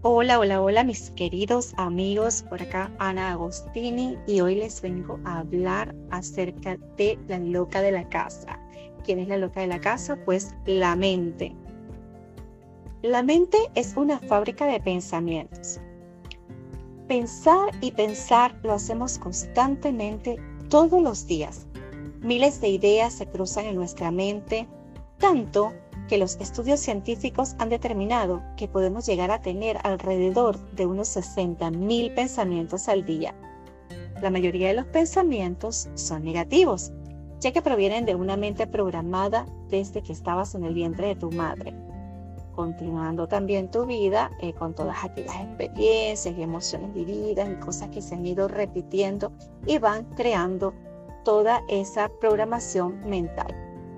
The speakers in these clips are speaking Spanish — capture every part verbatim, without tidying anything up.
Hola, hola, hola, mis queridos amigos, por acá Ana Agostini y hoy les vengo a hablar acerca de la loca de la casa. ¿Quién es la loca de la casa? Pues la mente. La mente es una fábrica de pensamientos. Pensar y pensar lo hacemos constantemente todos los días. Miles de ideas se cruzan en nuestra mente, tanto que los estudios científicos han determinado que podemos llegar a tener alrededor de unos sesenta mil pensamientos al día. La mayoría de los pensamientos son negativos, ya que provienen de una mente programada desde que estabas en el vientre de tu madre, continuando también tu vida eh, con todas aquellas experiencias y emociones vividas y cosas que se han ido repitiendo y van creando toda esa programación mental.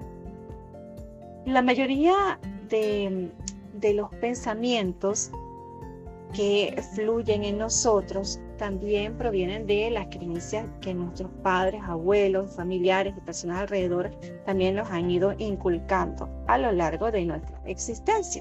La mayoría de, de los pensamientos que fluyen en nosotros también provienen de las creencias que nuestros padres, abuelos, familiares y personas alrededor también nos han ido inculcando a lo largo de nuestra existencia.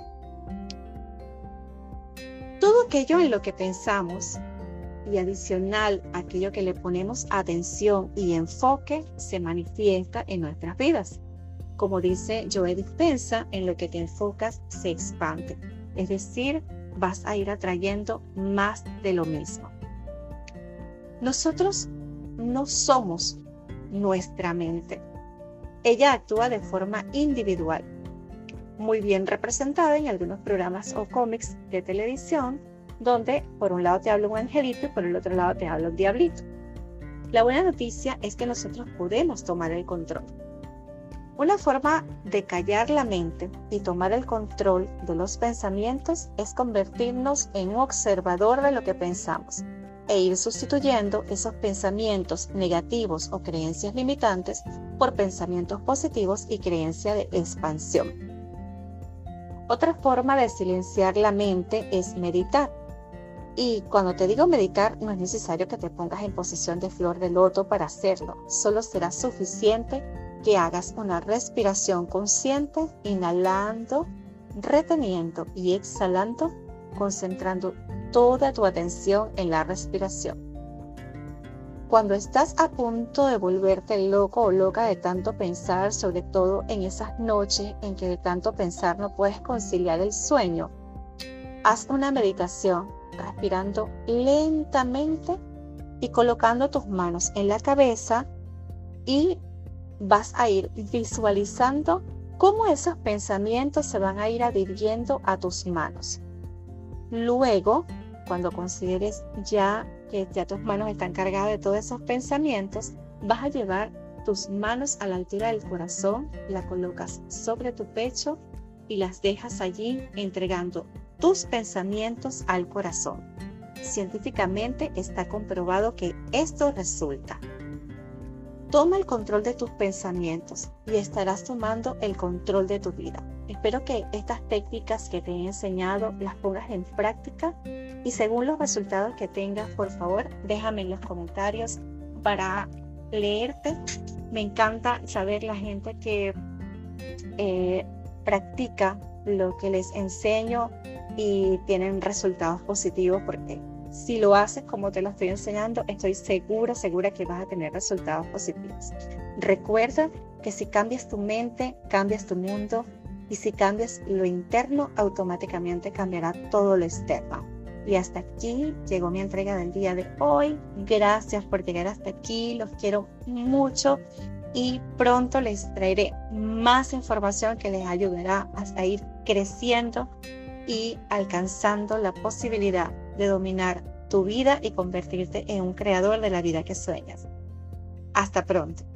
Todo aquello en lo que pensamos y adicional a aquello que le ponemos atención y enfoque se manifiesta en nuestras vidas. Como dice Joe Dispenza, en lo que te enfocas se expande. Es decir, vas a ir atrayendo más de lo mismo. Nosotros no somos nuestra mente. Ella actúa de forma individual, muy bien representada en algunos programas o cómics de televisión, donde por un lado te habla un angelito y por el otro lado te habla un diablito. La buena noticia es que nosotros podemos tomar el control. Una forma de callar la mente y tomar el control de los pensamientos es convertirnos en un observador de lo que pensamos e ir sustituyendo esos pensamientos negativos o creencias limitantes por pensamientos positivos y creencia de expansión. Otra forma de silenciar la mente es meditar. Y cuando te digo meditar, no es necesario que te pongas en posición de flor de loto para hacerlo. Solo será suficiente que hagas una respiración consciente, inhalando, reteniendo y exhalando, concentrando toda tu atención en la respiración. Cuando estás a punto de volverte loco o loca de tanto pensar, sobre todo en esas noches en que de tanto pensar no puedes conciliar el sueño, haz una meditación respirando lentamente y colocando tus manos en la cabeza y vas a ir visualizando cómo esos pensamientos se van a ir adhiriendo a tus manos. Luego, cuando consideres ya que ya tus manos están cargadas de todos esos pensamientos, vas a llevar tus manos a la altura del corazón, la colocas sobre tu pecho y las dejas allí entregando tus pensamientos al corazón. Científicamente está comprobado que esto resulta. Toma el control de tus pensamientos y estarás tomando el control de tu vida. Espero que estas técnicas que te he enseñado las pongas en práctica y según los resultados que tengas, por favor, déjame en los comentarios para leerte. Me encanta saber la gente que eh, practica lo que les enseño y tienen resultados positivos, porque si lo haces como te lo estoy enseñando, estoy segura, segura que vas a tener resultados positivos. Recuerda que si cambias tu mente, cambias tu mundo, y si cambias lo interno, automáticamente cambiará todo lo externo. Y hasta aquí llegó mi entrega del día de hoy. Gracias por llegar hasta aquí, los quiero mucho y pronto les traeré más información que les ayudará a ir creciendo y alcanzando la posibilidad de dominar tu vida y convertirte en un creador de la vida que sueñas. Hasta pronto.